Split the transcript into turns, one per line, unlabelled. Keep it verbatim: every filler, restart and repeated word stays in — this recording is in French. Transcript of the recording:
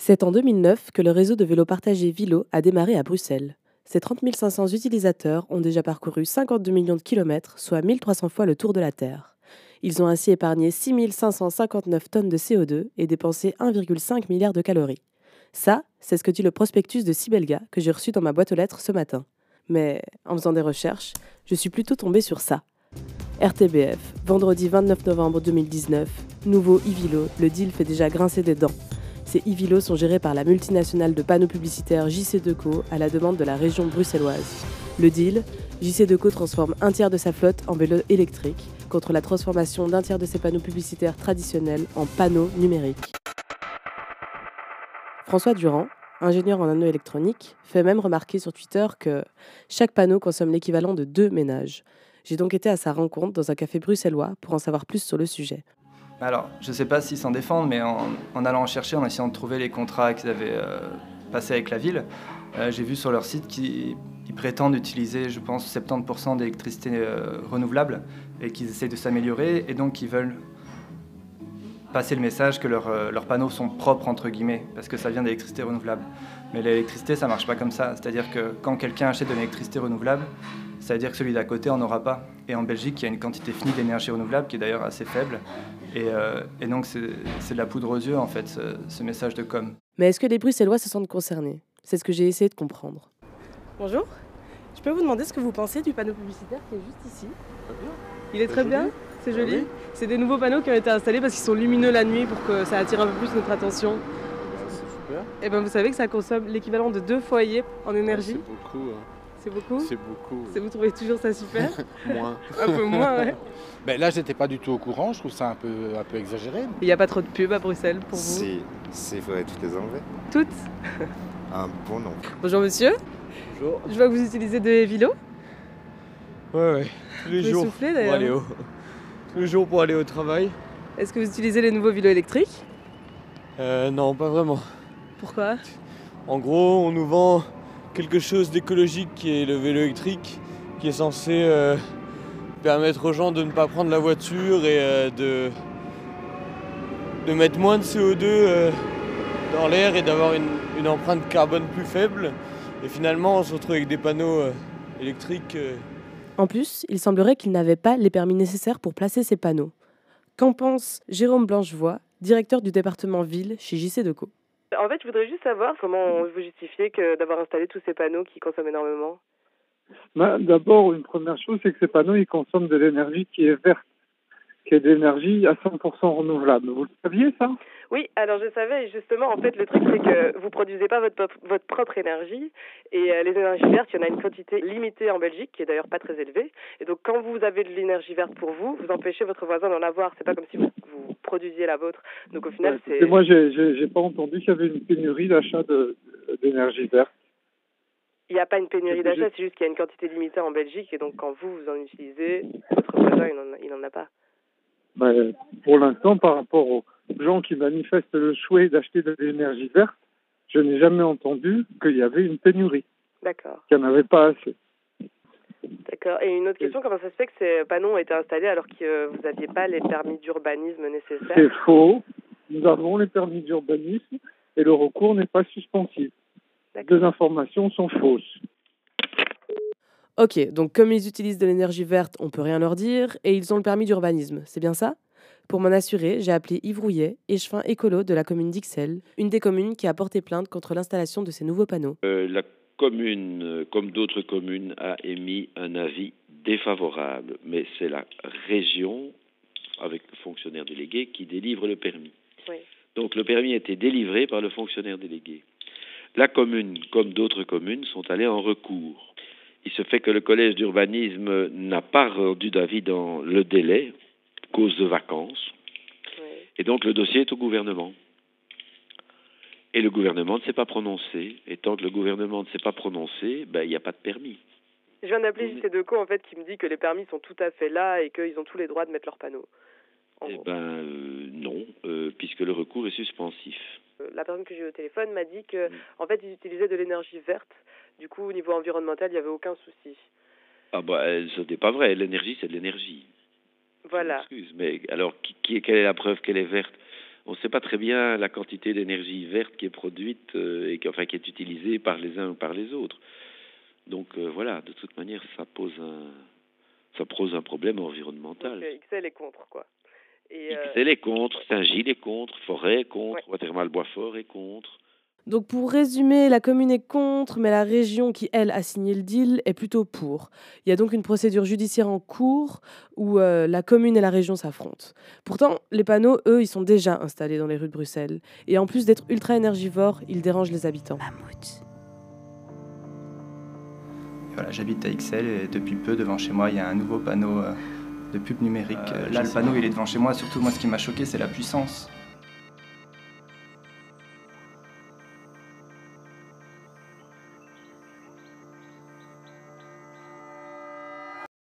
C'est en deux mille neuf que le réseau de vélos partagés Vilo a démarré à Bruxelles. Ses trente mille cinq cents utilisateurs ont déjà parcouru cinquante-deux millions de kilomètres, soit mille trois cents fois le tour de la Terre. Ils ont ainsi épargné six mille cinq cent cinquante-neuf tonnes de C O deux et dépensé un virgule cinq milliard de calories. Ça, c'est ce que dit le prospectus de Sibelga que j'ai reçu dans ma boîte aux lettres ce matin. Mais en faisant des recherches, je suis plutôt tombée sur ça. R T B F, vendredi vingt-neuf novembre deux mille dix-neuf, nouveau e-Vilo, le deal fait déjà grincer des dents. Ces e-Vilos sont gérés par la multinationale de panneaux publicitaires J C Deco à la demande de la région bruxelloise. Le deal, J C Deco transforme un tiers de sa flotte en vélos électriques contre la transformation d'un tiers de ses panneaux publicitaires traditionnels en panneaux numériques. François Durand, ingénieur en nanoélectronique, fait même remarquer sur Twitter que chaque panneau consomme l'équivalent de deux ménages. J'ai donc été à sa rencontre dans un café bruxellois pour en savoir plus sur le sujet.
Alors, je ne sais pas s'ils s'en défendent, mais en, en allant en chercher, en essayant de trouver les contrats qu'ils avaient euh, passés avec la ville, euh, j'ai vu sur leur site qu'ils ils prétendent utiliser, je pense, soixante-dix pour cent d'électricité euh, renouvelable et qu'ils essayent de s'améliorer et donc ils veulent passer le message que leur, euh, leurs panneaux sont propres, entre guillemets, parce que ça vient d'électricité renouvelable. Mais l'électricité, ça ne marche pas comme ça. C'est-à-dire que quand quelqu'un achète de l'électricité renouvelable, ça veut dire que celui d'à côté n'en aura pas. Et en Belgique, il y a une quantité finie d'énergie renouvelable qui est d'ailleurs assez faible. Et, euh, et donc, c'est, c'est de la poudre aux yeux, en fait, ce, ce message de com.
Mais est-ce que les Bruxellois se sentent concernés ? C'est ce que j'ai essayé de comprendre. Bonjour, je peux vous demander ce que vous pensez du panneau publicitaire qui est juste ici ?
Très bien.
Il est
C'est
très
joli.
bien ? C'est joli ?
Ah oui.
C'est des nouveaux panneaux qui ont été installés parce qu'ils sont lumineux la nuit pour que ça attire un peu plus notre attention.
Ça, c'est super.
Et ben vous savez que ça consomme l'équivalent de deux foyers en énergie.
Ouais, c'est beaucoup. hein.
C'est beaucoup ?
C'est beaucoup.
C'est- Vous trouvez toujours ça super ?
Moins.
Un peu moins, ouais.
Ben là, j'étais pas du tout au courant. Je trouve ça un peu, un peu exagéré.
Il n'y a pas trop de pub à Bruxelles pour vous ?
Si, si, il faudrait toutes les enlever.
Toutes ?
Un bon nombre.
Bonjour monsieur,
Bonjour.
je vois que vous utilisez des vélos.
Ouais, ouais. Tous les
Vous pouvez
jours.
souffler,
pour
d'ailleurs.
aller au... Tous les jours pour aller au travail.
Est-ce que vous utilisez les nouveaux vélos électriques ?
Euh, non, pas vraiment.
Pourquoi ?
En gros, on nous vend quelque chose d'écologique qui est le vélo électrique, qui est censé euh, permettre aux gens de ne pas prendre la voiture et euh, de, de mettre moins de C O deux euh, dans l'air et d'avoir une, une empreinte carbone plus faible. Et finalement, on se retrouve avec des panneaux euh, électriques. euh,
En plus, il semblerait qu'il n'avait pas les permis nécessaires pour placer ces panneaux. Qu'en pense Jérôme Blanchevoix, directeur du département ville chez J C Deco ? En fait, je voudrais juste savoir comment vous justifiez que d'avoir installé tous ces panneaux qui consomment énormément.
Ben, d'abord, une première chose, c'est que ces panneaux, ils consomment de l'énergie qui est verte, qui est de l'énergie à cent pour cent renouvelable. Vous le saviez, ça ?
Oui, alors je savais, et justement, en fait, le truc, c'est que vous produisez pas votre, pop- votre propre énergie, et euh, les énergies vertes, il y en a une quantité limitée en Belgique, qui est d'ailleurs pas très élevée, et donc quand vous avez de l'énergie verte pour vous, vous empêchez votre voisin d'en avoir, c'est pas comme si vous, vous produisiez la vôtre, donc au final, c'est...
Et moi, j'ai, j'ai, j'ai pas entendu qu'il y avait une pénurie d'achat de, d'énergie verte.
Il n'y a pas une pénurie
C'est que
d'achat, c'est juste qu'il y a une quantité limitée en Belgique, et donc quand vous, vous en utilisez, votre voisin, il n'en a, il en a pas.
Ben, pour l'instant, par rapport aux gens qui manifestent le souhait d'acheter de l'énergie verte, je n'ai jamais entendu qu'il y avait une pénurie,
D'accord,
qu'il n'y en avait pas assez.
d'accord. Et une autre question, comment ça se fait que ces panneaux ont été installés alors que vous n'aviez pas les permis d'urbanisme
C'est
nécessaires ?
faux. Nous avons les permis d'urbanisme et le recours n'est pas suspensif. Les deux informations sont fausses.
Ok, donc comme ils utilisent de l'énergie verte, on peut rien leur dire, et ils ont le permis d'urbanisme, c'est bien ça ? Pour m'en assurer, j'ai appelé Yves Rouillet, échevin écolo de la commune d'Ixelles, une des communes qui a porté plainte contre l'installation de ces nouveaux panneaux.
Euh, la commune, euh, comme d'autres communes, a émis un avis défavorable, mais c'est la région, avec le fonctionnaire délégué, qui délivre le permis.
Oui.
Donc le permis a été délivré par le fonctionnaire délégué. La commune, comme d'autres communes, sont allées en recours. Il se fait que le collège d'urbanisme n'a pas rendu d'avis dans le délai, cause de vacances,
Oui.
et donc le dossier est au gouvernement. Et le gouvernement ne s'est pas prononcé. Et tant que le gouvernement ne s'est pas prononcé, ben, il n'y a pas de permis.
Je viens d'appeler J C Deco, en fait, qui me dit que les permis sont tout à fait là et qu'ils ont tous les droits de mettre leurs panneaux. En
Eh
gros.
ben euh, non, euh, puisque le recours est suspensif.
Euh, La personne que j'ai eu au téléphone m'a dit que, en fait, ils utilisaient de l'énergie verte. Du coup, au niveau environnemental, il n'y avait aucun souci.
Ah bah, euh, ce n'est pas vrai. L'énergie, c'est de l'énergie.
Voilà.
Excuse, mais alors, qui, qui, quelle est la preuve qu'elle est verte ? on ne sait pas très bien la quantité d'énergie verte qui est produite euh, et qui, enfin, qui est utilisée par les uns ou par les autres. Donc euh, voilà, de toute manière, ça pose un, ça pose un problème environnemental.
Donc, X L est contre, quoi. Et
euh... X L est contre, Saint-Gilles est contre, Forêt est contre, ouais. Watermal Boisfort est contre.
Donc pour résumer, la commune est contre, mais la région qui, elle, a signé le deal est plutôt pour. Il y a donc une procédure judiciaire en cours où euh, la commune et la région s'affrontent. Pourtant, les panneaux, eux, ils sont déjà installés dans les rues de Bruxelles. Et en plus d'être ultra énergivores, ils dérangent les habitants.
Mammouth.
Voilà, j'habite à Ixelles et depuis peu, devant chez moi, il y a un nouveau panneau euh, de pub numérique. Euh, là, le panneau, il est devant chez moi. Surtout, moi, ce qui m'a choqué, c'est la puissance.